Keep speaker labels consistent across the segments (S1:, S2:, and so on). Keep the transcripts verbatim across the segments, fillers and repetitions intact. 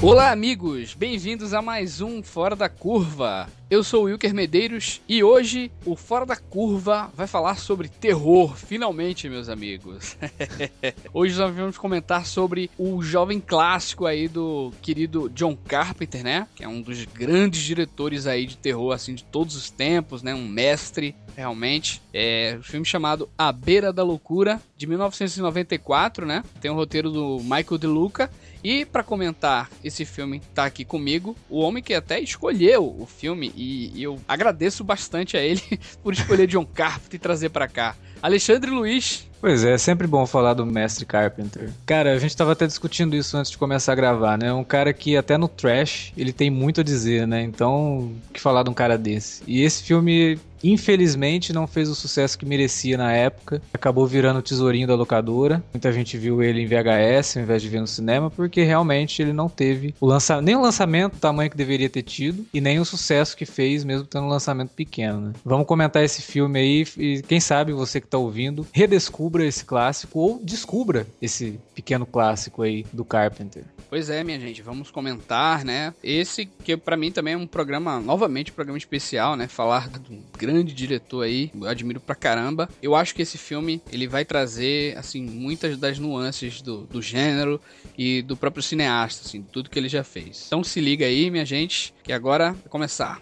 S1: Olá, amigos! Bem-vindos a mais um Fora da Curva. Eu sou o Wilker Medeiros e hoje o Fora da Curva vai falar sobre terror, finalmente, meus amigos. Hoje nós vamos comentar sobre o jovem clássico aí do querido John Carpenter, né? Que é um dos grandes diretores aí de terror, assim, de todos os tempos, né? Um mestre, realmente. É um filme chamado A Beira da Loucura, de mil novecentos e noventa e quatro, né? Tem o roteiro do Michael De Luca. E para comentar esse filme, tá aqui comigo o homem que até escolheu o filme, e, e eu agradeço bastante a ele por escolher John Carpenter e trazer para cá. Alexandre Luiz.
S2: Pois é, é sempre bom falar do mestre Carpenter. Cara, a gente tava até discutindo isso antes de começar a gravar, né? Um cara que até no trash ele tem muito a dizer, né? Então, o que falar de um cara desse? E esse filme, infelizmente, não fez o sucesso que merecia na época. Acabou virando o tesourinho da locadora. Muita gente viu ele em V H S ao invés de ver no cinema, porque realmente ele não teve o lança... nem o lançamento do tamanho que deveria ter tido, e nem o sucesso que fez, mesmo tendo um lançamento pequeno, né? Vamos comentar esse filme aí, e quem sabe você que tá ouvindo, redescubra esse clássico ou descubra esse pequeno clássico aí do Carpenter.
S1: Pois é, minha gente, vamos comentar, né? Esse que pra mim também é um programa, novamente um programa especial, né? Falar de um grande diretor aí, eu admiro pra caramba. Eu acho que esse filme, ele vai trazer, assim, muitas das nuances do, do gênero e do próprio cineasta, assim, tudo que ele já fez. Então se liga aí, minha gente, que agora vai começar.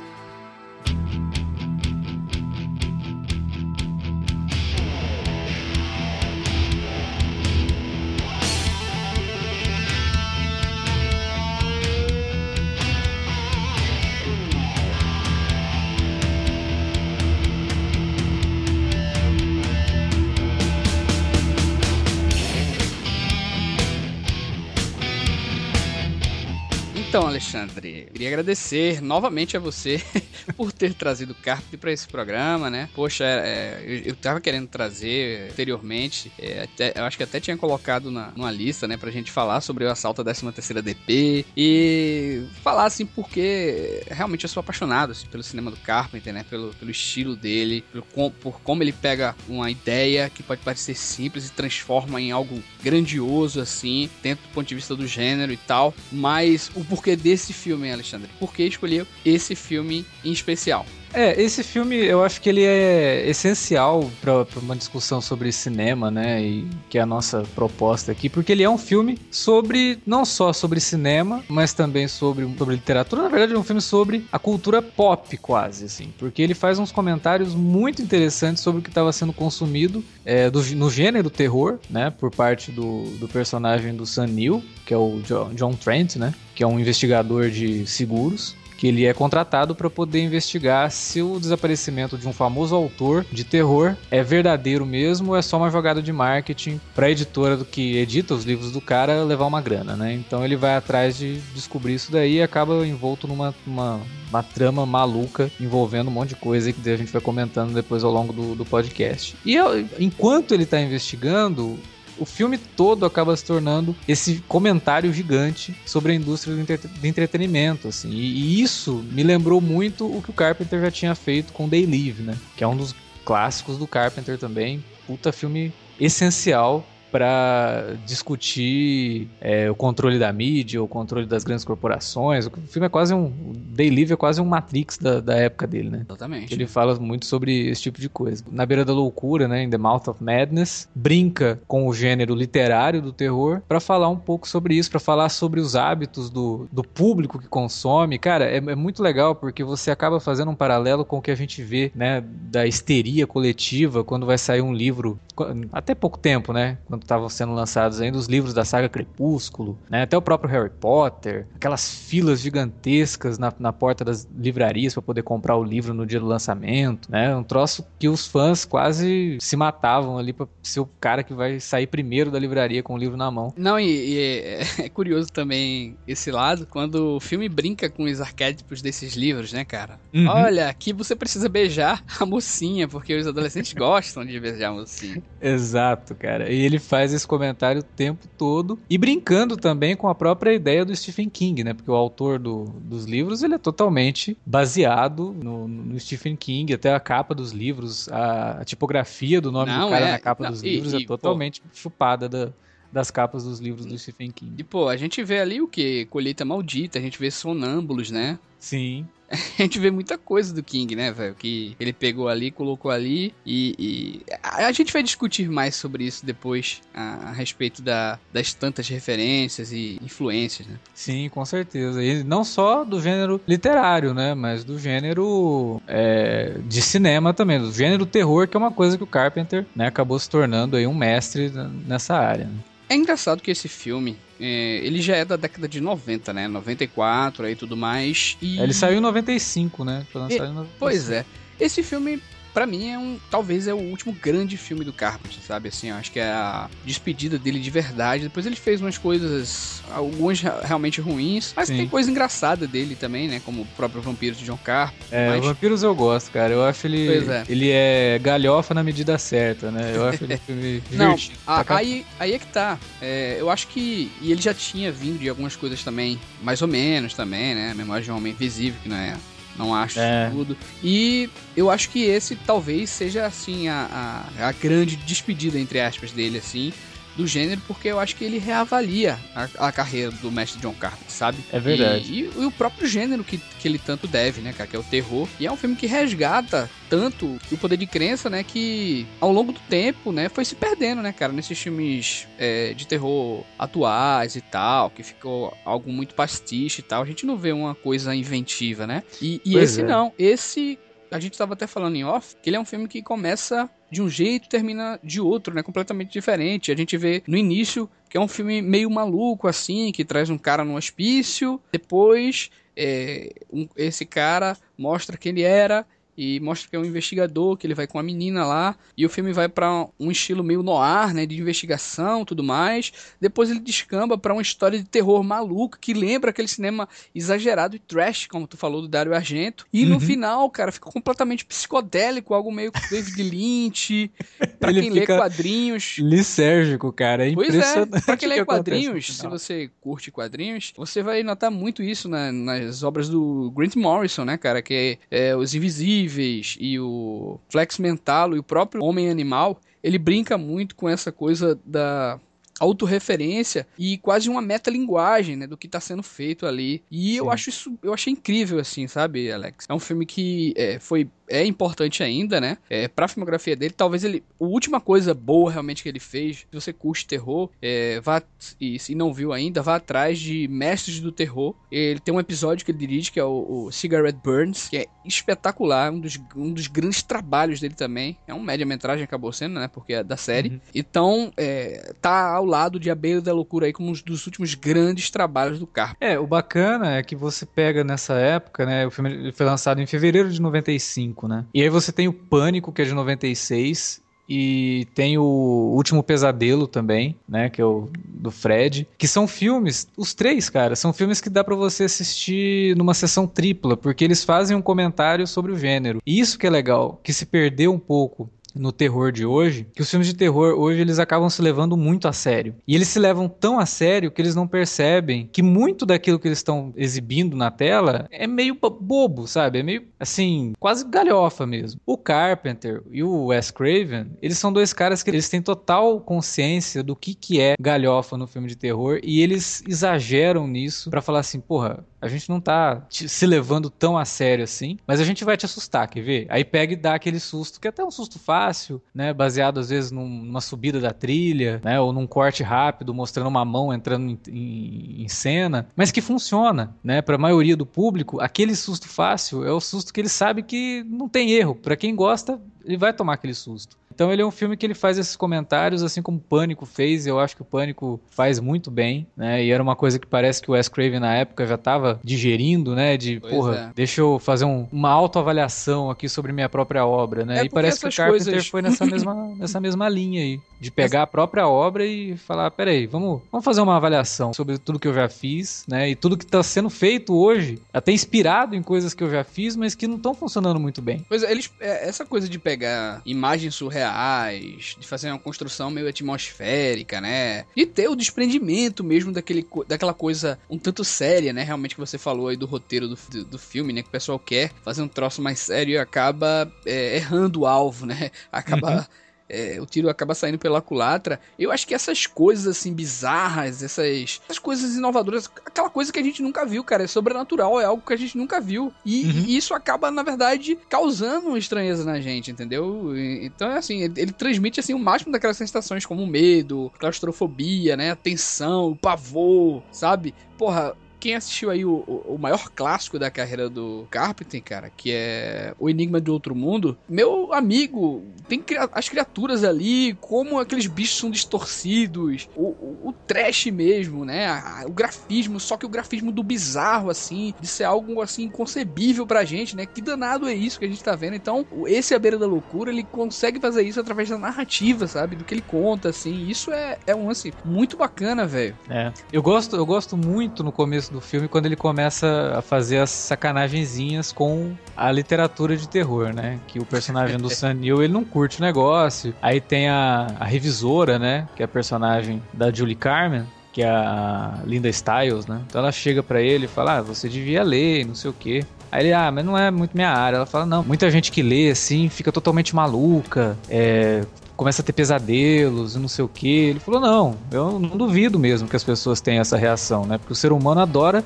S1: Então, Alexandre, queria agradecer novamente a você por ter trazido o Carpenter para esse programa, né? Poxa, é, eu, eu tava querendo trazer anteriormente, é, até, eu acho que até tinha colocado na, numa lista, né, pra gente falar sobre o assalto à décima terceira D P e falar, assim, porque realmente eu sou apaixonado, assim, pelo cinema do Carpenter, né? Pelo, pelo estilo dele, pelo, com, por como ele pega uma ideia que pode parecer simples e transforma em algo grandioso, assim, dentro do ponto de vista do gênero e tal, mas o porquê desse filme, Alexandre? Por que escolheu esse filme em especial?
S2: É, esse filme eu acho que ele é essencial para uma discussão sobre cinema, né, e que é a nossa proposta aqui, porque ele é um filme sobre, não só sobre cinema, mas também sobre, sobre literatura. Na verdade é um filme sobre a cultura pop quase, assim, porque ele faz uns comentários muito interessantes sobre o que estava sendo consumido é, do, no gênero terror, né, por parte do, do personagem do Sam Neill, que é o John, John Trent, né, que é um investigador de seguros, que ele é contratado para poder investigar se o desaparecimento de um famoso autor de terror é verdadeiro mesmo ou é só uma jogada de marketing para a editora do que edita os livros do cara levar uma grana, né? Então ele vai atrás de descobrir isso daí e acaba envolto numa uma, uma trama maluca envolvendo um monte de coisa que a gente vai comentando depois ao longo do, do podcast. E eu, enquanto ele está investigando, o filme todo acaba se tornando esse comentário gigante sobre a indústria do, entre- do entretenimento, assim. E, e isso me lembrou muito o que o Carpenter já tinha feito com They Live, né? Que é um dos clássicos do Carpenter também. Puta filme essencial para discutir é, o controle da mídia, o controle das grandes corporações. O filme é quase um... O They Live é quase um Matrix da, da época dele, né?
S1: Exatamente.
S2: Ele fala muito sobre esse tipo de coisa. Na Beira da Loucura, né, In the Mouth of Madness, brinca com o gênero literário do terror para falar um pouco sobre isso, para falar sobre os hábitos do, do público que consome. Cara, é, é muito legal porque você acaba fazendo um paralelo com o que a gente vê, né, da histeria coletiva quando vai sair um livro, até pouco tempo, né, quando estavam sendo lançados ainda os livros da saga Crepúsculo, né, até o próprio Harry Potter, aquelas filas gigantescas na, na porta das livrarias para poder comprar o livro no dia do lançamento, né, um troço que os fãs quase se matavam ali para ser o cara que vai sair primeiro da livraria com o livro na mão.
S1: Não, e, e é, é curioso também esse lado, quando o filme brinca com os arquétipos desses livros, né, cara? Uhum. Olha, aqui você precisa beijar a mocinha, porque os adolescentes gostam de beijar a mocinha.
S2: Exato, cara. E ele faz esse comentário o tempo todo e brincando também com a própria ideia do Stephen King, né? Porque o autor do, dos livros, ele é totalmente baseado no, no Stephen King, até a capa dos livros, a, a tipografia do nome não, do cara é, na capa não, dos e, livros e, é totalmente pô, chupada da, das capas dos livros do Stephen King.
S1: E, pô, a gente vê ali o quê? Colheita Maldita, a gente vê Sonâmbulos, né?
S2: Sim.
S1: A gente vê muita coisa do King, né, velho? Que ele pegou ali, colocou ali e... e... A, a gente vai discutir mais sobre isso depois, a, a respeito da, das tantas referências e influências, né?
S2: Sim, com certeza. E não só do gênero literário, né? Mas do gênero é, de cinema também. Do gênero terror, que é uma coisa que o Carpenter, né, acabou se tornando aí um mestre nessa área, né?
S1: É engraçado que esse filme, é, ele já é da década de noventa, né? noventa e quatro aí tudo mais. E...
S2: Ele saiu em noventa e cinco, né? Foi lançado em noventa e cinco.
S1: Pois é. Esse filme, pra mim, é um, talvez é o último grande filme do Carpenter, sabe? Assim, eu acho que é a despedida dele de verdade. Depois ele fez umas coisas, algumas realmente ruins, mas Sim. tem coisa engraçada dele também, né? Como o próprio Vampiros de John Carpenter.
S2: É, mas... o Vampiros eu gosto, cara. Eu acho ele é. ele é galhofa na medida certa, né? Eu acho ele filme divertido.
S1: Não, a, aí, aí é que tá. É, eu acho que... E ele já tinha vindo de algumas coisas também, mais ou menos também, né? Memória de um Homem Invisível, que não é... Não acho é. tudo. E eu acho que esse talvez seja, assim, a, a, a grande despedida, entre aspas, dele, assim, do gênero, porque eu acho que ele reavalia a, a carreira do mestre John Carpenter, sabe?
S2: É verdade.
S1: E, e, e o próprio gênero que, que ele tanto deve, né, cara, que é o terror. E é um filme que resgata tanto o poder de crença, né, que ao longo do tempo, né, foi se perdendo, né, cara, nesses filmes é, de terror atuais e tal, que ficou algo muito pastiche e tal. A gente não vê uma coisa inventiva, né? E, e esse é. não. Esse... A gente estava até falando em off, que ele é um filme que começa de um jeito e termina de outro, né? Completamente diferente. A gente vê no início que é um filme meio maluco, assim, que traz um cara no hospício. Depois, é, um, esse cara mostra quem ele era e mostra que é um investigador, que ele vai com a menina lá, e o filme vai pra um estilo meio noir, né, de investigação e tudo mais. Depois ele descamba pra uma história de terror maluco, que lembra aquele cinema exagerado e trash, como tu falou, do Dario Argento. E uhum. no final, cara, fica completamente psicodélico, algo meio David Lynch, pra ele quem lê quadrinhos.
S2: Lisérgico, cara, é
S1: pois
S2: impressionante.
S1: É, pra quem lê quadrinhos, se você curte quadrinhos, você vai notar muito isso, né, nas obras do Grant Morrison, né, cara, que é, é Os Invisíveis, e o Flex Mentalo e o próprio Homem Animal, ele brinca muito com essa coisa da autorreferência e quase uma metalinguagem, né, do que tá sendo feito ali. E Sim. eu acho isso, eu achei incrível, assim, sabe, Alex? É um filme que é, foi, é importante ainda, né, é, pra filmografia dele. Talvez ele, a última coisa boa realmente que ele fez, se você curte terror, é, vá, e se não viu ainda, vá atrás de Mestres do Terror. Ele tem um episódio que ele dirige, que é o, o Cigarette Burns, que é espetacular, um dos, um dos grandes trabalhos dele também. É um média-metragem, acabou sendo, né, porque é da série. Uhum. Então, é, tá ao lado de A Beira da Loucura aí como um dos últimos grandes trabalhos do Carpenter.
S2: É, o bacana é que você pega nessa época, né, o filme foi lançado em fevereiro de noventa e cinco, né, e aí você tem o Pânico, que é de noventa e seis, e tem o Último Pesadelo também, né, que é o do Fred, que são filmes, os três, cara, são filmes que dá pra você assistir numa sessão tripla, porque eles fazem um comentário sobre o gênero, e isso que é legal, que se perdeu um pouco no terror de hoje, que os filmes de terror hoje eles acabam se levando muito a sério. E eles se levam tão a sério que eles não percebem que muito daquilo que eles estão exibindo na tela é meio bobo, sabe? É meio, assim, quase galhofa mesmo. O Carpenter e o Wes Craven, eles são dois caras que eles têm total consciência do que, que é galhofa no filme de terror e eles exageram nisso pra falar assim, porra, a gente não tá te, se levando tão a sério assim, mas a gente vai te assustar, quer ver? Aí pega e dá aquele susto, que é até um susto fácil, né? Baseado às vezes num, numa subida da trilha, né? Ou num corte rápido, mostrando uma mão entrando em, em, em cena, mas que funciona, né? Pra maioria do público, aquele susto fácil é o susto que ele sabe que não tem erro. Pra quem gosta, ele vai tomar aquele susto. Então ele é um filme que ele faz esses comentários, assim como o Pânico fez, e eu acho que o Pânico faz muito bem, né? E era uma coisa que parece que o Wes Craven na época já estava digerindo, né? De, pois porra, é. deixa eu fazer um, uma autoavaliação aqui sobre minha própria obra, né? É e parece que o Carpenter coisas... foi nessa mesma, nessa mesma linha aí, de pegar a própria obra e falar, peraí, vamos, vamos fazer uma avaliação sobre tudo que eu já fiz, né? E tudo que está sendo feito hoje, até inspirado em coisas que eu já fiz, mas que não estão funcionando muito bem.
S1: Pois é, eles, essa coisa de pegar imagens surreais, de fazer uma construção meio atmosférica, né? De ter o desprendimento mesmo daquele, daquela coisa um tanto séria, né? Realmente que você falou aí do roteiro do, do, do filme, né? Que o pessoal quer fazer um troço mais sério e acaba é, errando o alvo, né? Acaba... Uhum. é, o tiro acaba saindo pela culatra. Eu acho que essas coisas, assim, bizarras, essas, essas coisas inovadoras, aquela coisa que a gente nunca viu, cara, é sobrenatural, é algo que a gente nunca viu. E, uhum. e isso acaba, na verdade, causando uma estranheza na gente, entendeu? Então, é assim, ele, ele transmite, assim, o máximo daquelas sensações como medo, claustrofobia, né, a tensão, o pavor, sabe? Porra, quem assistiu aí o, o maior clássico da carreira do Carpenter, cara, que é O Enigma de Outro Mundo, meu amigo, tem as criaturas ali, como aqueles bichos são distorcidos, o, o, o trash mesmo, né, o grafismo, só que o grafismo do bizarro, assim, de ser algo, assim, inconcebível pra gente, né, que danado é isso que a gente tá vendo. Então, esse A Beira da Loucura, ele consegue fazer isso através da narrativa, sabe, do que ele conta, assim, isso é, é um, assim, muito bacana, velho.
S2: É, eu gosto, eu gosto muito no começo do filme quando ele começa a fazer as sacanagenzinhas com a literatura de terror, né? Que o personagem do Sam Neill, ele não curte o negócio. Aí tem a, a revisora, né? Que é a personagem da Julie Carmen, que é a Linda Stiles, né? Então ela chega pra ele e fala, ah, você devia ler, não sei o quê. Aí ele, ah, mas não é muito minha área. Ela fala, não, muita gente que lê, assim, fica totalmente maluca, é... começa a ter pesadelos e não sei o que. Ele falou, não, eu não duvido mesmo que as pessoas tenham essa reação, né? Porque o ser humano adora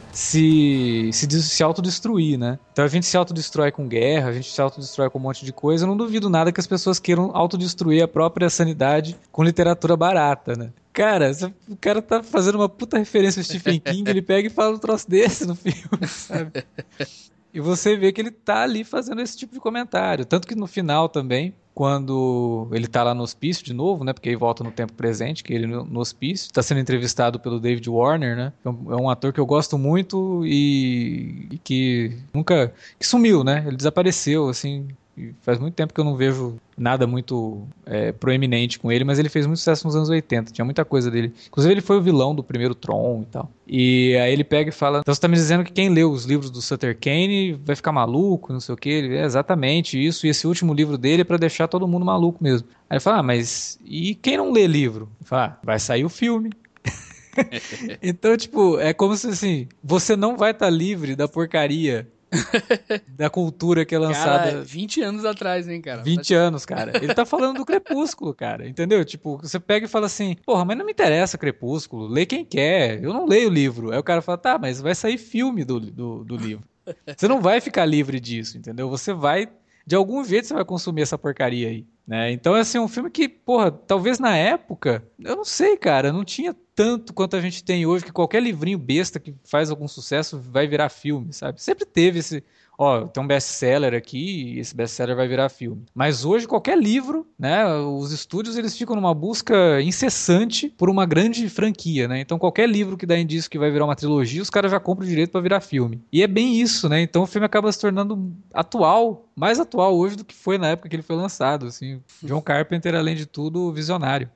S2: se, se, se autodestruir, né? Então a gente se autodestrói com guerra, a gente se autodestrói com um monte de coisa. Eu não duvido nada que as pessoas queiram autodestruir a própria sanidade com literatura barata, né? Cara, o cara tá fazendo uma puta referência ao Stephen King, ele pega e fala um troço desse no filme, sabe? E você vê que ele tá ali fazendo esse tipo de comentário. Tanto que no final também, quando ele tá lá no hospício de novo, né? Porque aí volta no tempo presente, que ele no, no hospício, tá sendo entrevistado pelo David Warner, né? É um, é um ator que eu gosto muito e, e que nunca... que sumiu, né? Ele desapareceu, assim... E faz muito tempo que eu não vejo nada muito é, proeminente com ele, mas ele fez muito sucesso nos anos oitenta, tinha muita coisa dele. Inclusive ele foi o vilão do primeiro Tron e tal. E aí ele pega e fala, então você tá me dizendo que quem leu os livros do Sutter Kane vai ficar maluco, não sei o que. Ele, é exatamente isso, e esse último livro dele é pra deixar todo mundo maluco mesmo. Aí ele fala, ah, mas e quem não lê livro? Ele fala, ah, vai sair o filme. Então, tipo, é como se assim, você não vai estar tá livre da porcaria da cultura que é lançada...
S1: Cara, vinte anos atrás, hein, cara?
S2: vinte anos, cara. Ele tá falando do Crepúsculo, cara. Entendeu? Tipo, você pega e fala assim, porra, mas não me interessa Crepúsculo. Lê quem quer. Eu não leio o livro. Aí o cara fala, tá, mas vai sair filme do, do, do livro. Você não vai ficar livre disso, entendeu? Você vai... De algum jeito você vai consumir essa porcaria aí, né? Então, assim, um filme que, porra, talvez na época, eu não sei, cara, não tinha tanto quanto a gente tem hoje, que qualquer livrinho besta que faz algum sucesso vai virar filme, sabe? Sempre teve esse... Ó, tem um best-seller aqui e esse best-seller vai virar filme. Mas hoje qualquer livro, né, os estúdios eles ficam numa busca incessante por uma grande franquia, né? Então qualquer livro que dá indício que vai virar uma trilogia, os caras já compram o direito pra virar filme. E é bem isso, né? Então o filme acaba se tornando atual, mais atual hoje do que foi na época que ele foi lançado, assim. John Carpenter, além de tudo, visionário.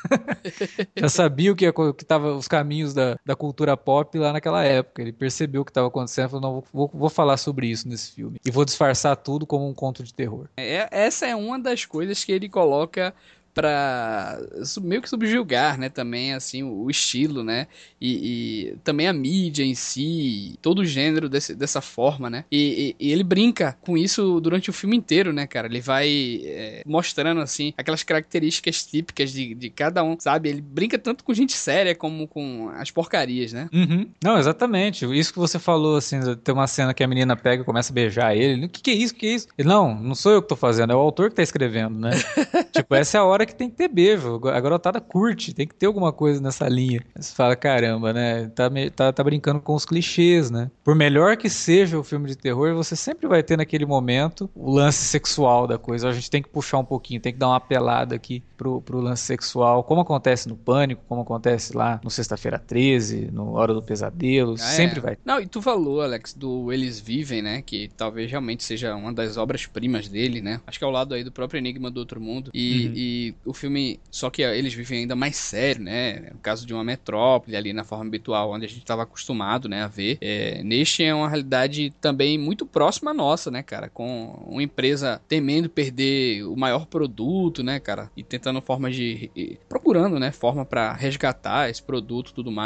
S2: Já sabia o que, que tava os caminhos da, da cultura pop lá naquela época. Ele percebeu o que estava acontecendo e falou, não, vou, vou falar sobre isso nesse filme. E vou disfarçar tudo como um conto de terror.
S1: É, essa é uma das coisas que ele coloca pra meio que subjugar, né, também, assim, o estilo, né, e, e também a mídia em si, todo o gênero desse, dessa forma, né, e, e, e ele brinca com isso durante o filme inteiro, né, cara, ele vai é, mostrando, assim, aquelas características típicas de, de cada um, sabe, ele brinca tanto com gente séria como com as porcarias, né.
S2: Uhum. Não, exatamente, isso que você falou, assim, tem uma cena que a menina pega e começa a beijar ele, o que que é isso, o que que é isso? Ele, não, não sou eu que tô fazendo, é o autor que tá escrevendo, né, tipo, essa é a hora que tem que ter beijo, a garotada curte, tem que ter alguma coisa nessa linha. Você fala, caramba, né, tá, tá, tá brincando com os clichês, né. Por melhor que seja o filme de terror, você sempre vai ter naquele momento o lance sexual da coisa. A gente tem que puxar um pouquinho, tem que dar uma apelada aqui pro, pro lance sexual, como acontece no Pânico, como acontece lá no Sexta-feira treze, no Hora do Pesadelo, ah, sempre é. vai.
S1: Não, e tu falou, Alex, do Eles Vivem, né, que talvez realmente seja uma das obras-primas dele, né, acho que é ao lado aí do próprio Enigma do Outro Mundo, e, uhum. e o filme, só que Eles Vivem ainda mais sério, né, no caso de uma metrópole ali na forma habitual, onde a gente estava acostumado, né, a ver, é, neste é uma realidade também muito próxima à nossa, né, cara, com uma empresa temendo perder o maior produto, né, cara, e tentando formas de, e, procurando, né, forma para resgatar esse produto e tudo mais.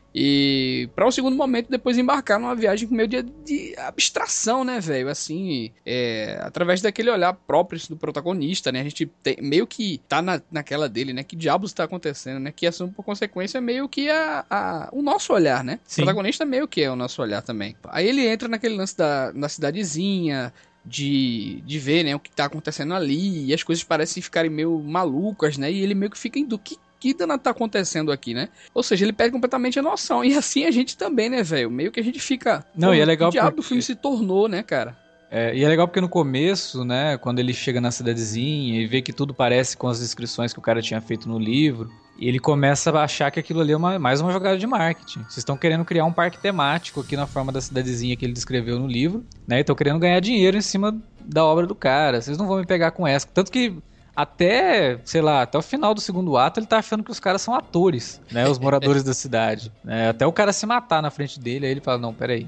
S1: E para um segundo momento depois embarcar numa viagem com meio de, de abstração, né, velho? Assim, é, através daquele olhar próprio do protagonista, né? A gente tem, meio que tá na, naquela dele, né? Que diabos tá acontecendo, né? Que assume por consequência meio que a, a, o nosso olhar, né? Sim. O protagonista meio que é o nosso olhar também. Aí ele entra naquele lance da, da cidadezinha, de, de ver, né, o que tá acontecendo ali, e as coisas parecem ficarem meio malucas, né? E ele meio que fica em do que que danado tá acontecendo aqui, né? Ou seja, ele perde completamente a noção. E assim a gente também, né, velho? Meio que a gente fica...
S2: Não, e é legal
S1: o diabo
S2: porque...
S1: do filme se tornou, né, cara?
S2: É, e é legal porque no começo, né, quando ele chega na cidadezinha e vê que tudo parece com as descrições que o cara tinha feito no livro, ele começa a achar que aquilo ali é uma, mais uma jogada de marketing. Vocês estão querendo criar um parque temático aqui na forma da cidadezinha que ele descreveu no livro, né? E estão querendo ganhar dinheiro em cima da obra do cara. Vocês não vão me pegar com essa. Tanto que até, sei lá, até o final do segundo ato ele tá achando que os caras são atores, né? Os moradores da cidade. Né? Até o cara se matar na frente dele, aí ele fala, não, peraí.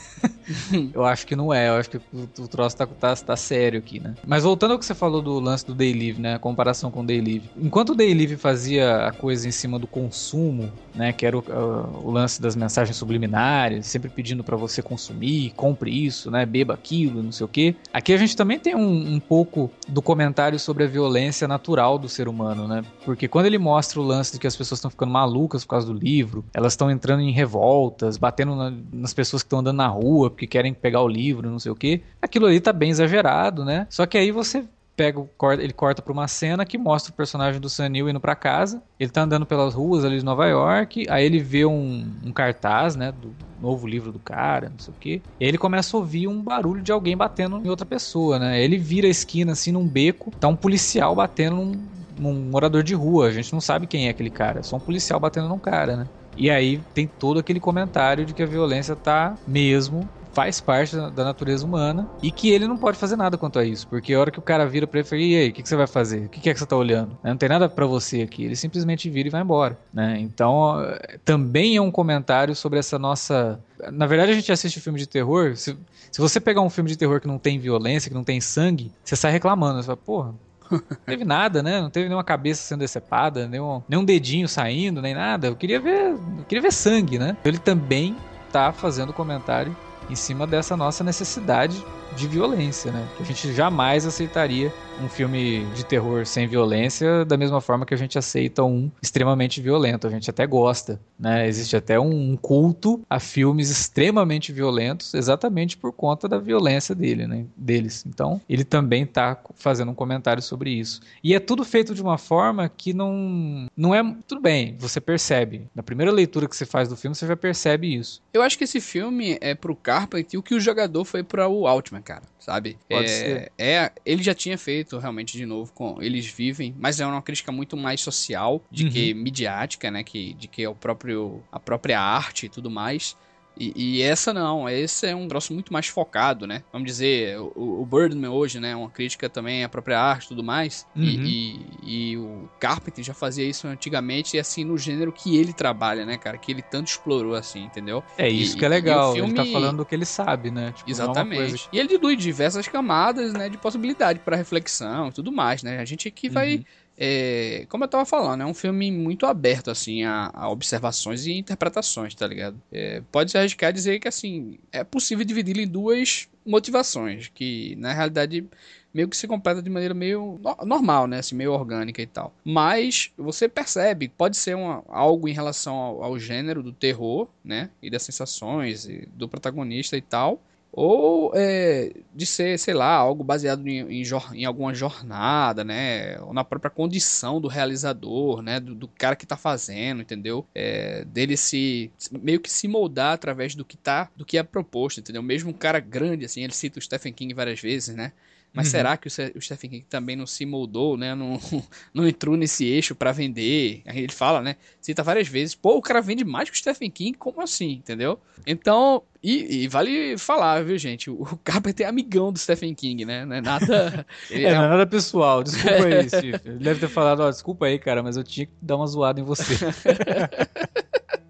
S2: Eu acho que não é, eu acho que o, o troço tá, tá, tá sério aqui, né? Mas voltando ao que você falou do lance do Day Live, né? A comparação com o Day Live. Enquanto o Day Live fazia a coisa em cima do consumo, né? Que era o, o, o lance das mensagens subliminares, sempre pedindo pra você consumir, compre isso, né? Beba aquilo, não sei o quê. Aqui a gente também tem um, um pouco do comentário sobre a violência natural do ser humano, né? Porque quando ele mostra o lance de que as pessoas estão ficando malucas por causa do livro, elas estão entrando em revoltas, batendo na, nas pessoas que estão andando na rua, porque querem pegar o livro, não sei o que. Aquilo ali tá bem exagerado, né? Só que aí você pega, ele corta pra uma cena que mostra o personagem do Sam Neill indo pra casa. Ele tá andando pelas ruas ali de Nova York, aí ele vê um, um cartaz, né, do novo livro do cara, não sei o que. E aí ele começa a ouvir um barulho de alguém batendo em outra pessoa, né? Ele vira a esquina assim num beco, tá um policial batendo num, num morador de rua. A gente não sabe quem é aquele cara, é só um policial batendo num cara, né? E aí tem todo aquele comentário de que a violência tá mesmo... faz parte da natureza humana e que ele não pode fazer nada quanto a isso, porque a hora que o cara vira pra ele e fala, e aí, o que, que você vai fazer? O que, que é que você tá olhando? Não tem nada pra você aqui, ele simplesmente vira e vai embora, né? Então, também é um comentário sobre essa nossa... Na verdade, a gente assiste filme de terror, se, se você pegar um filme de terror que não tem violência, que não tem sangue, você sai reclamando, você fala, porra, não teve nada, né? Não teve nenhuma cabeça sendo decepada, nenhum, nenhum dedinho saindo, nem nada. Eu queria ver, eu queria ver sangue, né? Ele também tá fazendo comentário em cima dessa nossa necessidade de violência, né? Que a gente jamais aceitaria um filme de terror sem violência da mesma forma que a gente aceita um extremamente violento. A gente até gosta, né? Existe até um culto a filmes extremamente violentos exatamente por conta da violência dele, né? deles. Então, ele também tá fazendo um comentário sobre isso. E é tudo feito de uma forma que não, não é... Tudo bem, você percebe. Na primeira leitura que você faz do filme, você já percebe isso.
S1: Eu acho que esse filme é pro Carpenter o que o jogador foi para o Altman, cara, sabe?
S2: Pode
S1: é,
S2: ser.
S1: É, ele já tinha feito realmente de novo com Eles Vivem, mas é uma crítica muito mais social de
S2: Uhum.
S1: que midiática, né? Que, de que é o próprio, a própria arte e tudo mais. E, e essa não, esse é um troço muito mais focado, né? Vamos dizer, o, o Birdman hoje, né? Uma crítica também à própria arte e tudo mais.
S2: Uhum.
S1: E, e, e o Carpenter já fazia isso antigamente e assim no gênero que ele trabalha, né, cara? Que ele tanto explorou assim, entendeu?
S2: É isso
S1: e,
S2: que é legal,
S1: filme...
S2: ele tá falando do que ele sabe, né? Tipo,
S1: Exatamente.
S2: Não é uma coisa...
S1: E ele dilui diversas camadas, né, de possibilidade para reflexão e tudo mais, né? A gente aqui vai...
S2: Uhum.
S1: É, como eu tava falando, é um filme muito aberto, assim, a, a observações e interpretações, tá ligado? É, pode se arriscar a dizer que, assim, é possível dividi-lo em duas motivações, que, na realidade, meio que se completa de maneira meio no- normal, né? Assim, meio orgânica e tal. Mas você percebe, pode ser uma, algo em relação ao, ao gênero do terror, né? E das sensações e do protagonista e tal. Ou é, de ser, sei lá, algo baseado em, em, jor- em alguma jornada, né? Ou na própria condição do realizador, né? Do, do cara que tá fazendo, entendeu? É, dele se meio que se moldar através do que tá, do que é proposto, entendeu? Mesmo um cara grande, assim, ele cita o Stephen King várias vezes, né? Mas
S2: Uhum.
S1: será que o Se- o Stephen King também não se moldou, né? Não, não entrou nesse eixo pra vender? Aí ele fala, né? Cita várias vezes. Pô, o cara vende mais que o Stephen King? Como assim? Entendeu? Então, e, e vale falar, viu, gente? O Carpenter é amigão do Stephen King, né? Não é nada... Ele
S2: É,
S1: é
S2: não é
S1: um-
S2: nada pessoal, desculpa aí, Steve. Ele deve ter falado, ó, desculpa aí, cara, mas eu tinha que dar uma zoada em você.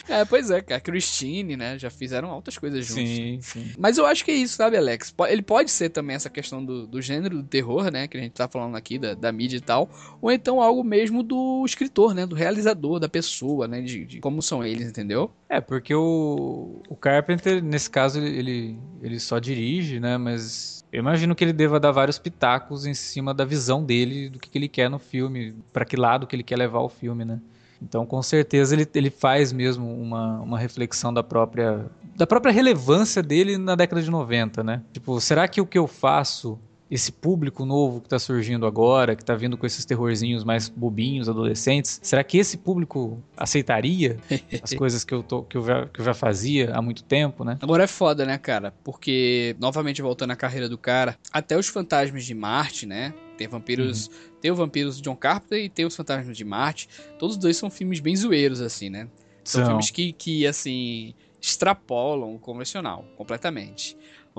S1: É, pois é, cara. Christine, né? Já fizeram altas coisas juntos.
S2: Sim, sim.
S1: Mas eu acho que é isso, sabe, Alex? Po- Ele pode ser também essa questão do, do gênero do terror, né? Que a gente tá falando aqui, da, da mídia e tal. Ou então algo mesmo do escritor, né? Do realizador, da pessoa, né? De, de como são eles, entendeu?
S2: É, porque o, o Carpenter, nesse caso, ele, ele, ele só dirige, né? Mas eu imagino que ele deva dar vários pitacos em cima da visão dele, do que, que ele quer no filme, pra que lado que ele quer levar o filme, né? Então, com certeza, ele, ele faz mesmo uma, uma reflexão da própria, da própria relevância dele na década de noventa, né? Tipo, será que o que eu faço, esse público novo que tá surgindo agora, que tá vindo com esses terrorzinhos mais bobinhos, adolescentes, será que esse público aceitaria as coisas que eu, tô, que eu, já, que eu já fazia há muito tempo, né?
S1: Agora é foda, né, cara? Porque, novamente voltando à carreira do cara, até os Fantasmas de Marte, né? Tem vampiros. Uhum. Tem o Vampiros de John Carpenter e tem os Fantasmas de Marte. Todos os dois são filmes bem zoeiros, assim, né? São, são. filmes que, que, assim, extrapolam o convencional completamente.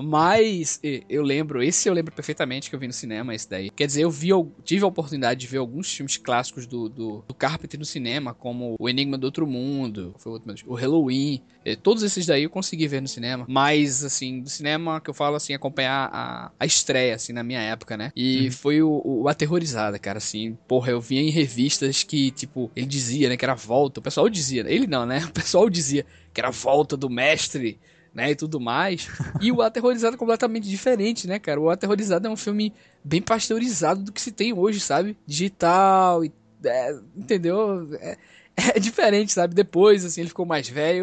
S1: Mas eu lembro, esse eu lembro perfeitamente que eu vi no cinema, esse daí. Quer dizer, eu vi, eu tive a oportunidade de ver alguns filmes clássicos do, do, do Carpenter no cinema, como O Enigma do Outro Mundo, foi o, outro, o Halloween. Todos esses daí eu consegui ver no cinema. Mas, assim, do cinema que eu falo, assim, acompanhar a, a estreia, assim, na minha época, né? E uhum. foi o, o Aterrorizada, cara, assim. Porra, eu via em revistas que, tipo, ele dizia, né, que era a volta. O pessoal dizia, ele não, né? O pessoal dizia que era a volta do mestre, né, e tudo mais. E o Aterrorizado é completamente diferente, né, cara? O Aterrorizado é um filme bem pasteurizado do que se tem hoje, sabe? Digital, e, é, entendeu? É, é diferente, sabe? Depois, assim, ele ficou mais velho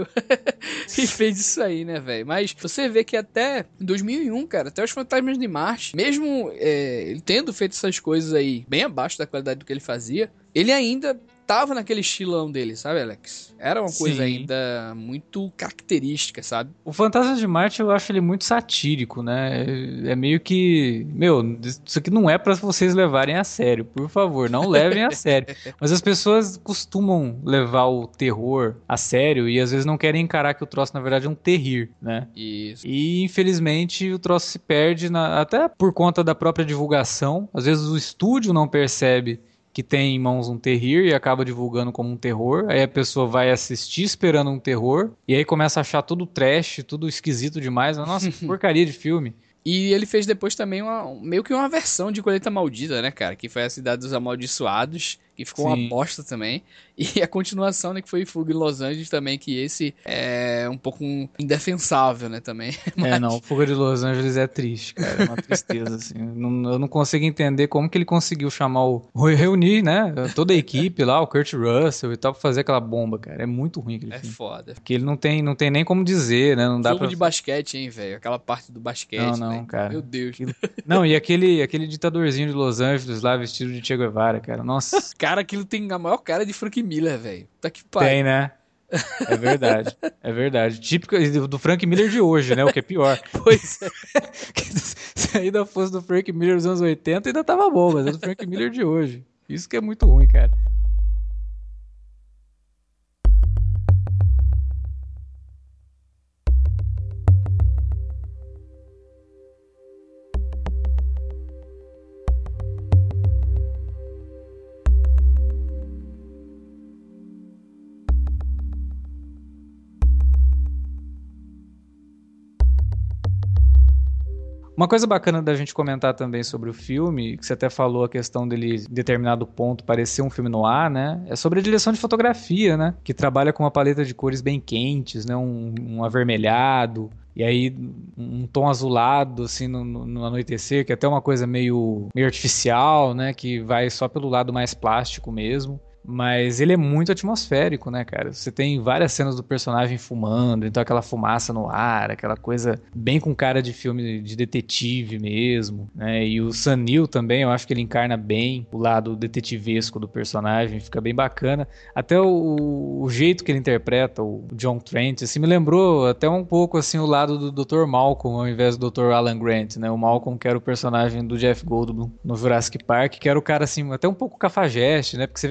S1: e fez isso aí, né, velho? Mas você vê que até em dois mil e um, cara, até os Fantasmas de Marte, mesmo é, ele tendo feito essas coisas aí bem abaixo da qualidade do que ele fazia, ele ainda tava naquele estilão dele, sabe, Alex? Era uma coisa Sim. ainda muito característica, sabe?
S2: O Fantasma de Marte eu acho ele muito satírico, né? É meio que... Meu, isso aqui não é pra vocês levarem a sério, por favor, não levem a sério. Mas as pessoas costumam levar o terror a sério e às vezes não querem encarar que o troço, na verdade, é um terrir, né?
S1: Isso.
S2: E, infelizmente, o troço se perde, na... até por conta da própria divulgação. Às vezes o estúdio não percebe que tem em mãos um terrir e acaba divulgando como um terror, aí a pessoa vai assistir esperando um terror, e aí começa a achar tudo trash, tudo esquisito demais, nossa, que porcaria de filme.
S1: E ele fez depois também uma, meio que uma versão de Colheita Maldita, né, cara, que foi A Cidade dos Amaldiçoados, que ficou Sim. uma bosta também, e a continuação, né, que foi Fuga em Los Angeles também, que esse é um pouco indefensável, né, também.
S2: Mas... É, não, Fuga de Los Angeles é triste, cara, é uma tristeza, assim, não, eu não consigo entender como que ele conseguiu chamar o... reunir, né, toda a equipe lá, o Kurt Russell e tal, pra fazer aquela bomba, cara, é muito ruim aquele
S1: é
S2: filme.
S1: É foda.
S2: Porque ele não tem, não tem nem como dizer, né, não dá
S1: Jogo
S2: pra...
S1: de basquete, hein, velho, aquela parte do basquete,
S2: Não, não,
S1: né?
S2: cara.
S1: Meu Deus.
S2: Aquilo... Não, e aquele, aquele ditadorzinho de Los Angeles lá, vestido de Che Guevara, cara, nossa...
S1: Cara, aquilo tem a maior cara de Frank Miller, velho. Tá que pariu.
S2: Tem, né? É verdade, é verdade. Típico do Frank Miller de hoje, né? O que é pior.
S1: Pois é.
S2: Se ainda fosse do Frank Miller dos anos oitenta, ainda tava bom, mas é do Frank Miller de hoje. Isso que é muito ruim, cara. Uma coisa bacana da gente comentar também sobre o filme, que você até falou a questão dele, em determinado ponto, parecer um filme no ar, né? É sobre a direção de fotografia, né? Que trabalha com uma paleta de cores bem quentes, né? Um, um avermelhado, e aí um tom azulado, assim, no, no anoitecer, que é até uma coisa meio, meio artificial, né? Que vai só pelo lado mais plástico mesmo. Mas ele é muito atmosférico, né, cara? Você tem várias cenas do personagem fumando, então aquela fumaça no ar, aquela coisa bem com cara de filme de detetive mesmo, né? E o Sam Neill também, eu acho que ele encarna bem o lado detetivesco do personagem, fica bem bacana. Até o, o jeito que ele interpreta o John Trent, assim, me lembrou até um pouco, assim, o lado do doutor Malcolm ao invés do doutor Alan Grant, né? O Malcolm que era o personagem do Jeff Goldblum no Jurassic Park, que era o cara, assim, até um pouco cafajeste, né? Porque você vê que ele dá em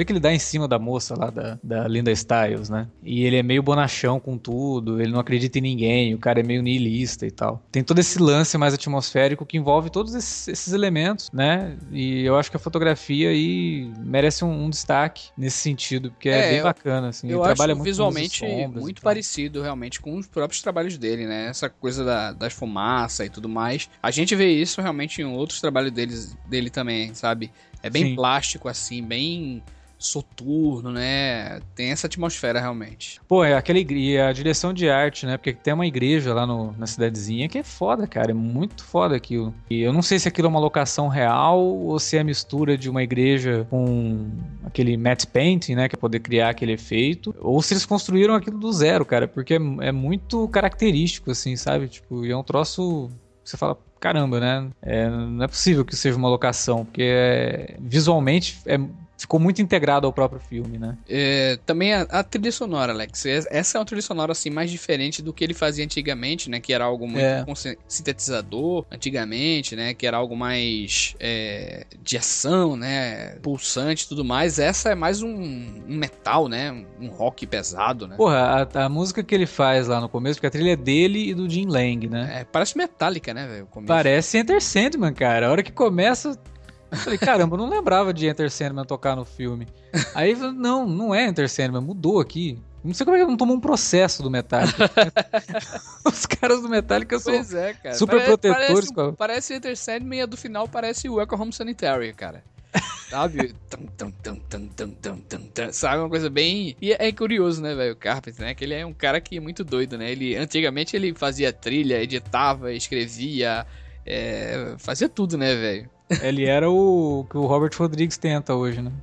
S2: cima da moça lá, da, da Linda Styles, né? E ele é meio bonachão com tudo, ele não acredita em ninguém, o cara é meio niilista e tal. Tem todo esse lance mais atmosférico que envolve todos esses, esses elementos, né? E eu acho que a fotografia aí merece um, um destaque nesse sentido, porque é, é bem
S1: eu,
S2: bacana, assim.
S1: Eu
S2: ele
S1: acho
S2: trabalha muito
S1: visualmente muito parecido realmente com os próprios trabalhos dele, né? Essa coisa da, das fumaças e tudo mais. A gente vê isso realmente em outros trabalhos deles, dele também, sabe? É bem Sim. plástico, assim, bem soturno, né? Tem essa atmosfera realmente.
S2: Pô, é aquela e a direção de arte, né? Porque tem uma igreja lá no, na cidadezinha que é foda, cara. É muito foda aquilo. E eu não sei se aquilo é uma locação real ou se é mistura de uma igreja com aquele matte painting, né? Que é poder criar aquele efeito. Ou se eles construíram aquilo do zero, cara. Porque é, é muito característico, assim, sabe? Tipo, e é um troço... Você fala, caramba, né? É, não é possível que seja uma locação, porque é, visualmente é, ficou muito integrado ao próprio filme, né?
S1: É, também a, a trilha sonora, Alex. Essa é uma trilha sonora assim, mais diferente do que ele fazia antigamente, né? Que era algo muito é. com sintetizador antigamente, né? Que era algo mais é, de ação, né? Pulsante e tudo mais. Essa é mais um, um metal, né? Um rock pesado, né?
S2: Porra, a, a música que ele faz lá no começo, porque a trilha é dele e do Jim Lang, né?
S1: É, parece Metallica, né, velho?
S2: Parece Enter Sandman, cara. A hora que começa... Eu falei, caramba, eu não lembrava de Enter Sandman tocar no filme. Aí eu falei, não, não é Enter Sandman, mudou aqui. Não sei como é que não tomou um processo do Metallica. Os caras do Metallica são
S1: pois é, cara.
S2: super
S1: parece,
S2: protetores.
S1: Parece, a... parece Enter Sandman e a do final parece o Welcome Home Sanitary, cara. Sabe? tum, tum, tum, tum, tum, tum, tum, tum, sabe? Uma coisa bem... E é curioso, né, velho? O Carpenter, né? Que ele é um cara que é muito doido, né? Ele, antigamente ele fazia trilha, editava, escrevia... É... Fazia tudo, né, velho?
S2: Ele era o que o Robert Rodrigues tenta hoje, né?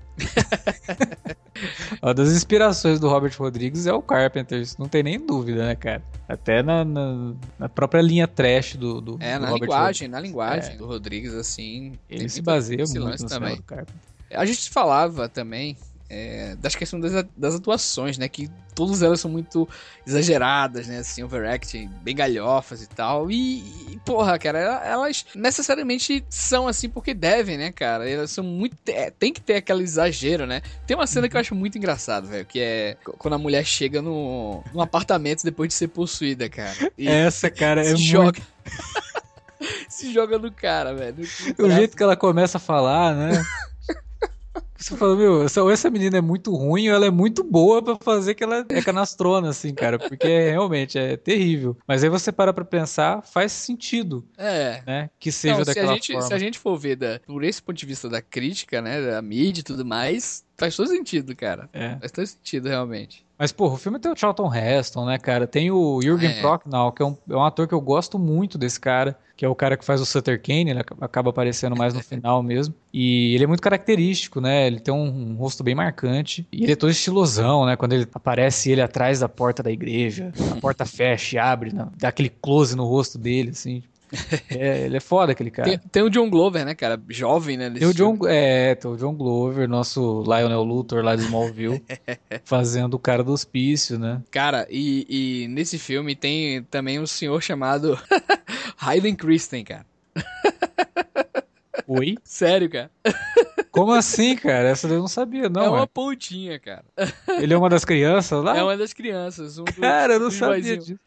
S2: Uma das inspirações do Robert Rodrigues é o Carpenter, isso não tem nem dúvida, né, cara? Até na, na, na própria linha trash do, do
S1: É,
S2: do
S1: na
S2: Robert
S1: linguagem,
S2: Rodrigues.
S1: na linguagem é. do Rodrigues, assim...
S2: Ele se baseia muito no
S1: também.
S2: do Carpenter.
S1: A gente falava também... É, das questões das, das atuações, né? Que todas elas são muito exageradas, né? Assim, overacting, bem galhofas e tal. E, e porra, cara, elas necessariamente são assim porque devem, né, cara? Elas são muito... É, tem que ter aquele exagero, né? Tem uma cena que eu acho muito engraçado, velho, que é quando a mulher chega no, no apartamento depois de ser possuída, cara.
S2: E essa, cara, é
S1: joga...
S2: muito...
S1: se joga no cara, velho.
S2: O jeito que ela começa a falar, né? Você fala, meu, essa, ou essa menina é muito ruim ou ela é muito boa pra fazer que ela é canastrona, assim, cara. Porque é, realmente é terrível. Mas aí você para pra pensar, faz sentido.
S1: É.
S2: Né? Que seja
S1: Não,
S2: daquela
S1: se a gente,
S2: forma.
S1: Se a gente for ver da, por esse ponto de vista da crítica, né? Da mídia e tudo mais, faz todo sentido, cara.
S2: É.
S1: Faz todo sentido, realmente.
S2: Mas, porra, o filme tem o Charlton Heston, né, cara? Tem o Jürgen é. Prochnow, que é um, é um ator que eu gosto muito desse cara, que é o cara que faz o Sutter Kane, ele acaba aparecendo mais no final mesmo. E ele é muito característico, né? Ele tem um, um rosto bem marcante. E ele é todo estilosão, né? Quando ele aparece ele atrás da porta da igreja, a porta fecha e abre, né? Dá aquele close no rosto dele, assim. É, ele é foda, aquele cara.
S1: Tem, tem o John Glover, né, cara? Jovem, né?
S2: Tem o John, é, tem o John Glover, nosso Lionel Luthor lá de Smallville, fazendo o cara do hospício, né?
S1: Cara, e, e nesse filme tem também um senhor chamado Hayden Christensen, cara.
S2: Oi?
S1: Sério, cara.
S2: Como assim, cara? Essa eu não sabia, não.
S1: É uma
S2: é.
S1: pontinha, cara.
S2: Ele é uma das crianças lá?
S1: É uma das crianças. Um
S2: cara,
S1: do,
S2: eu não sabia
S1: boizinho.
S2: disso.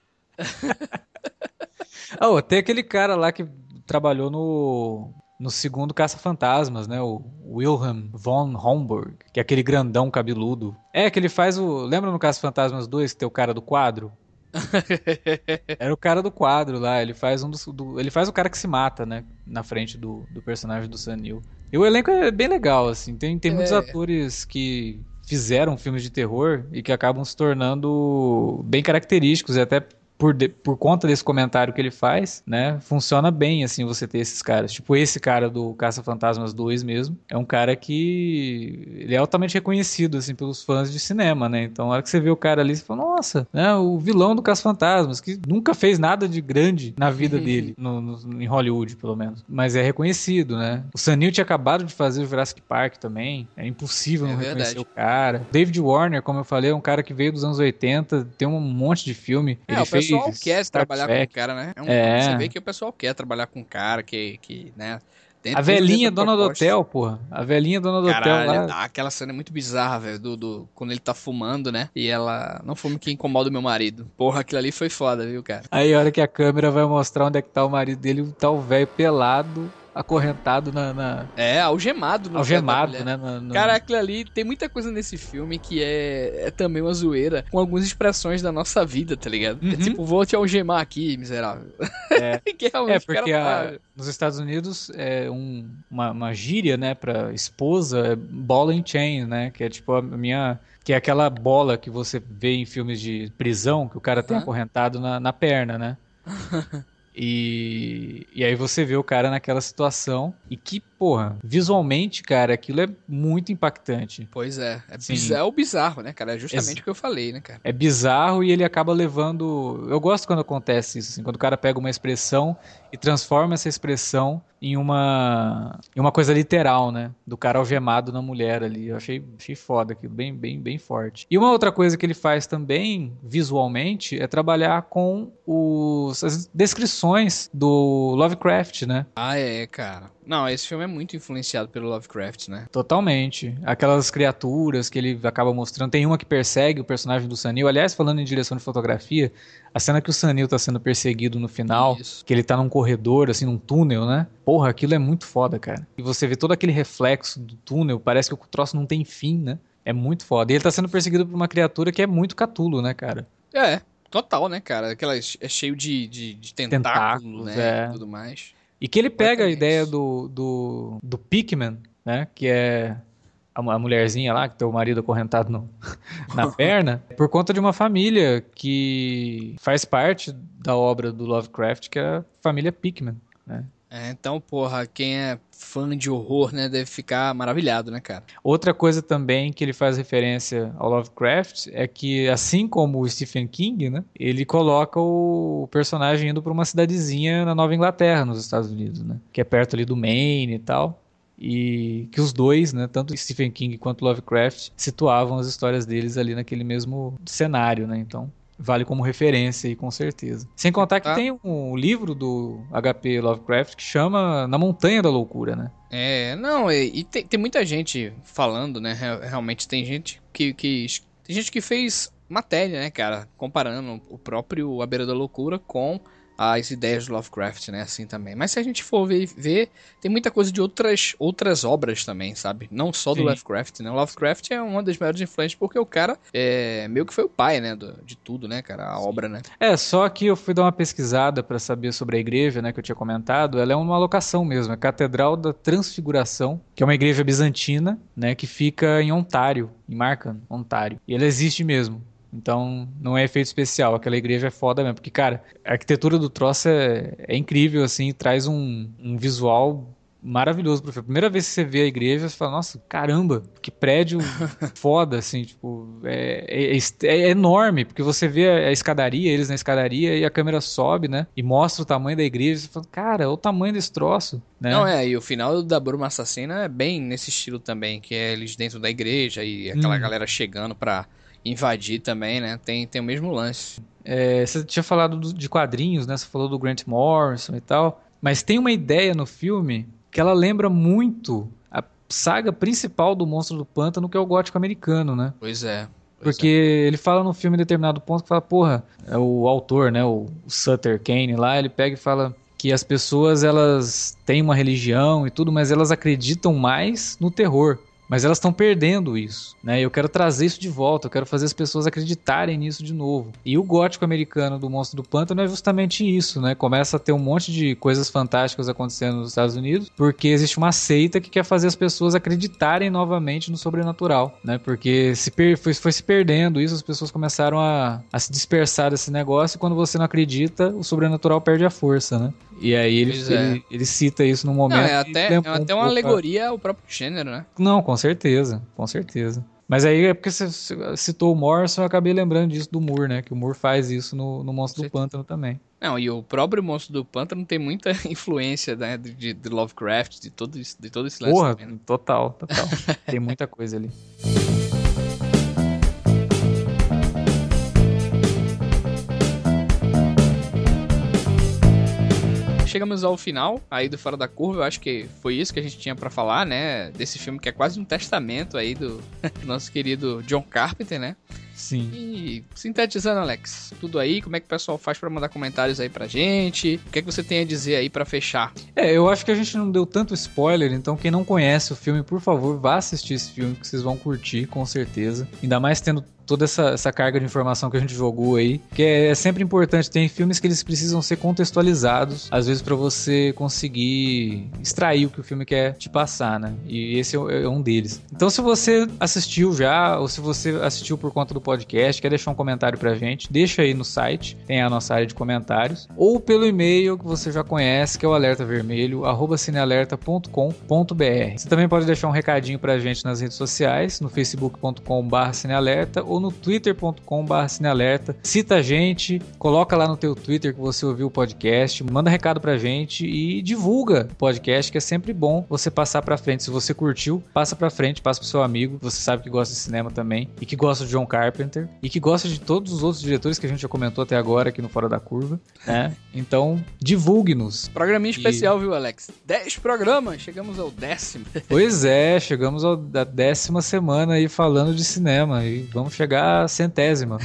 S2: Oh, tem aquele cara lá que trabalhou no, no segundo Caça-Fantasmas, né? O Wilhelm von Homburg, que é aquele grandão cabeludo. É, que ele faz o... Lembra no Caça-Fantasmas dois que tem o cara do quadro? Era o cara do quadro lá. Ele faz um dos, do, ele faz o cara que se mata, né? Na frente do, do personagem do Sam Neill. E o elenco é bem legal, assim. Tem, tem muitos
S1: é.
S2: atores que fizeram filmes de terror e que acabam se tornando bem característicos e até... Por, de, por conta desse comentário que ele faz, né, funciona bem, assim, você ter esses caras. Tipo, esse cara do Caça-Fantasmas dois mesmo, é um cara que ele é altamente reconhecido, assim, pelos fãs de cinema, né, então na hora que você vê o cara ali, você fala, nossa, né, o vilão do Caça-Fantasmas, que nunca fez nada de grande na vida dele, no, no, em Hollywood, pelo menos, mas é reconhecido, né. O Sam Neill tinha acabado de fazer o Jurassic Park também, é impossível não é reconhecer o cara. David Warner, como eu falei, é um cara que veio dos anos oitenta, tem um monte de filme,
S1: é,
S2: ele fez
S1: o pessoal quer
S2: Star
S1: trabalhar
S2: Trek.
S1: com o cara, né? É um,
S2: é.
S1: Você vê que o pessoal quer trabalhar com o cara, que, que né, Dentro
S2: A velhinha
S1: dessa
S2: dona do
S1: proposta.
S2: hotel, porra. A velhinha dona do
S1: Caralho,
S2: hotel lá.
S1: aquela cena é muito bizarra, velho, do, do, quando ele tá fumando, né? E ela, não fume que incomoda o meu marido. Porra, aquilo ali foi foda, viu, cara?
S2: Aí a hora que a câmera vai mostrar onde é que tá o marido dele, tá o velho pelado, acorrentado na... na...
S1: É, algemado no
S2: algemado,
S1: pé da mulher.
S2: né? No, no...
S1: Cara, aquilo ali, tem muita coisa nesse filme que é, é também uma zoeira com algumas expressões da nossa vida, tá ligado?
S2: Uhum.
S1: É tipo, vou te algemar aqui, miserável.
S2: É,
S1: que realmente
S2: é
S1: o cara
S2: porque
S1: tá-
S2: a- nos Estados Unidos é um, uma, uma gíria, né, pra esposa, é ball and chain, né? Que é tipo a minha... Que é aquela bola que você vê em filmes de prisão, que o cara tem
S1: Aham.
S2: acorrentado na, na perna, né? E, e aí você vê o cara naquela situação e que, porra, visualmente, cara, aquilo é muito impactante.
S1: Pois é, é,
S2: Sim.
S1: bizarro, é o bizarro, né, cara? É justamente
S2: Ex-
S1: o que eu falei, né, cara?
S2: É bizarro e ele acaba levando... Eu gosto quando acontece isso, assim, quando o cara pega uma expressão e transforma essa expressão em uma, em uma coisa literal, né? Do cara algemado na mulher ali. Eu achei, achei foda aquilo, bem, bem, bem forte. E uma outra coisa que ele faz também, visualmente, é trabalhar com os, as descrições do Lovecraft, né?
S1: Ah, é, cara. Não, esse filme é muito influenciado pelo Lovecraft, né?
S2: Totalmente. Aquelas criaturas que ele acaba mostrando. Tem uma que persegue o personagem do Sanil. Aliás, falando em direção de fotografia, a cena que o Sanil tá sendo perseguido no final,
S1: Isso.
S2: que ele tá num corredor, assim, num túnel, né? Porra, aquilo é muito foda, cara. E você vê todo aquele reflexo do túnel, parece que o troço não tem fim, né? É muito foda. E ele tá sendo perseguido por uma criatura que é muito Cthulhu, né, cara?
S1: É, total, né, cara? Aquelas, é cheio de, de, de tentáculo,
S2: Tentáculos,
S1: né?
S2: é.
S1: E tudo mais.
S2: E que ele pega a
S1: Completamente.
S2: ideia do, do, do Pickman, né? Que é a, mu- a mulherzinha lá, que tem o marido acorrentado no- na perna, por conta de uma família que faz parte da obra do Lovecraft, que é a família Pickman, né?
S1: É, então, porra, quem é fã de horror, né, deve ficar maravilhado, né, cara?
S2: Outra coisa também que ele faz referência ao Lovecraft é que, assim como o Stephen King, né, ele coloca o personagem indo para uma cidadezinha na Nova Inglaterra, nos Estados Unidos, né, que é perto ali do Maine e tal, e que os dois, né, tanto Stephen King quanto Lovecraft, situavam as histórias deles ali naquele mesmo cenário, né, então vale como referência aí, com certeza. Sem contar que
S1: Tá.
S2: tem um livro do H P Lovecraft que chama Na Montanha da Loucura, né?
S1: É, não, e, e tem, tem muita gente falando, né? re- Realmente tem gente que, que. Tem gente que fez matéria, né, cara? Comparando o próprio A Beira da Loucura com as ideias do Lovecraft, né? Assim também. Mas se a gente for ver, ver tem muita coisa de outras, outras obras também, sabe? Não só do
S2: Sim.
S1: Lovecraft, né? O Lovecraft é uma das maiores influências porque o cara é meio que foi o pai, né? do- de tudo, né, cara? A obra, né?
S2: É, só que eu fui dar uma pesquisada para saber sobre a igreja, né, que eu tinha comentado. Ela é uma locação mesmo, é a Catedral da Transfiguração, que é uma igreja bizantina, né, que fica em Ontário, em Markham, Ontário. E ela existe mesmo. Então, não é efeito especial. Aquela igreja é foda mesmo. Porque, cara, a arquitetura do troço é, é incrível, assim, traz um, um visual maravilhoso pro filme. Primeira vez que você vê a igreja, você fala, nossa, caramba, que prédio foda, assim, tipo, é, é, é enorme, porque você vê a, a escadaria, eles na escadaria, e a câmera sobe, né, e mostra o tamanho da igreja, você fala, cara, olha o tamanho desse troço, né?
S1: Não, é, e o final da Bruma Assassina é bem nesse estilo também, que é eles dentro da igreja e aquela
S2: Hum.
S1: galera chegando pra invadir também, né? Tem, tem o mesmo lance.
S2: É, você tinha falado do- de quadrinhos, né, você falou do Grant Morrison e tal, mas tem uma ideia no filme que ela lembra muito a saga principal do Monstro do Pântano, que é o gótico americano, né?
S1: Pois é. pois
S2: Porque ele fala no filme em determinado ponto que fala, porra, é o autor, né, o Sutter Kane lá, ele pega e fala que as pessoas, elas têm uma religião e tudo, mas elas acreditam mais no terror. Mas elas estão perdendo isso, né? Eu quero trazer isso de volta, eu quero fazer as pessoas acreditarem nisso de novo. E o gótico americano do Monstro do Pântano é justamente isso, né? Começa a ter um monte de coisas fantásticas acontecendo nos Estados Unidos, porque existe uma seita que quer fazer as pessoas acreditarem novamente no sobrenatural, né? Porque se per- foi, foi se perdendo isso, as pessoas começaram a, a se dispersar desse negócio, e quando você não acredita, o sobrenatural perde a força, né? E aí ele,
S1: Pois é.
S2: ele, ele cita isso num momento.
S1: Não, é
S2: que
S1: até, é
S2: lembra um
S1: até uma
S2: pouco a-
S1: alegoria ao próprio gênero, né?
S2: Não, com certeza, com certeza. Mas aí é porque você citou o Morrison, eu acabei lembrando disso do Moore, né? Que o Moore faz isso no, no Monstro do
S1: certeza.
S2: Pântano também.
S1: Não, e o próprio Monstro do Pântano tem muita influência, né? De, de- de Lovecraft, de todo, isso, de todo esse lance
S2: Porra,
S1: também, né?
S2: total, total. Tem muita coisa ali.
S1: chegamos ao final aí do Fora da Curva. Eu acho que foi isso que a gente tinha pra falar, né? Desse filme que é quase um testamento aí do nosso querido John Carpenter, né?
S2: Sim.
S1: E sintetizando, Alex, tudo aí, como é que o pessoal faz pra mandar comentários aí pra gente? O que é que você tem a dizer aí pra fechar?
S2: É, eu acho que a gente não deu tanto spoiler, então quem não conhece o filme, por favor, vá assistir esse filme que vocês vão curtir, com certeza. Ainda mais tendo toda essa, essa carga de informação que a gente jogou aí, que é, é sempre importante. Tem filmes que eles precisam ser contextualizados, às vezes pra você conseguir extrair o que o filme quer te passar, né? E esse é, é um deles. Então se você assistiu já, ou se você assistiu por conta do podcast, quer deixar um comentário pra gente, deixa aí no site, tem a nossa área de comentários, ou pelo e-mail que você já conhece, que é o alerta vermelho, arroba cinealerta ponto com ponto br. Você também pode deixar um recadinho pra gente nas redes sociais, no facebook ponto com barra cinealerta ou no twitter ponto com barra cinealerta. Cita a gente, coloca lá no teu Twitter que você ouviu o podcast, manda recado pra gente e divulga o podcast, que é sempre bom você passar pra frente. Se você curtiu, passa pra frente, passa pro seu amigo, você sabe que gosta de cinema também, e que gosta de John Carpenter, e que gosta de todos os outros diretores que a gente já comentou até agora aqui no Fora da Curva, né? Então, divulgue-nos.
S1: Programinha especial, e... viu, Alex? dez programas, chegamos ao décimo.
S2: Pois é, chegamos ao, da décima semana aí falando de cinema, e vamos chegar a centésima.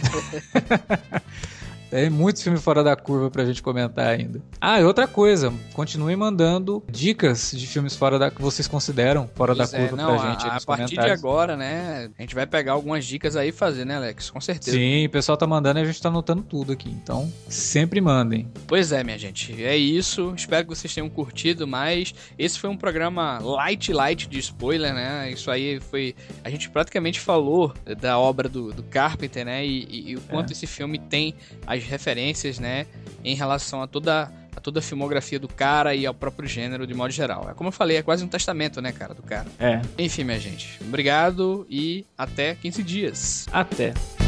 S2: Tem muitos filmes fora da curva pra gente comentar ainda. Ah, e outra coisa, continuem mandando dicas de filmes fora da que vocês consideram fora
S1: pois
S2: da curva
S1: é, não,
S2: pra gente.
S1: A, a partir de agora, né, a gente vai pegar algumas dicas aí e fazer, né, Alex? Com certeza.
S2: Sim, o pessoal tá mandando e a gente tá anotando tudo aqui. Então, sempre mandem.
S1: Pois é, minha gente. É isso. Espero que vocês tenham curtido, mas esse foi um programa light, light de spoiler, né? Isso aí foi... A gente praticamente falou da obra do, do Carpenter, né? E, e, e o quanto é. esse filme tem as referências, né, em relação a toda, a toda a filmografia do cara e ao próprio gênero de modo geral. É como eu falei, é quase um testamento, né, cara, do cara.
S2: É.
S1: Enfim, minha gente, obrigado e até quinze dias.
S2: Até.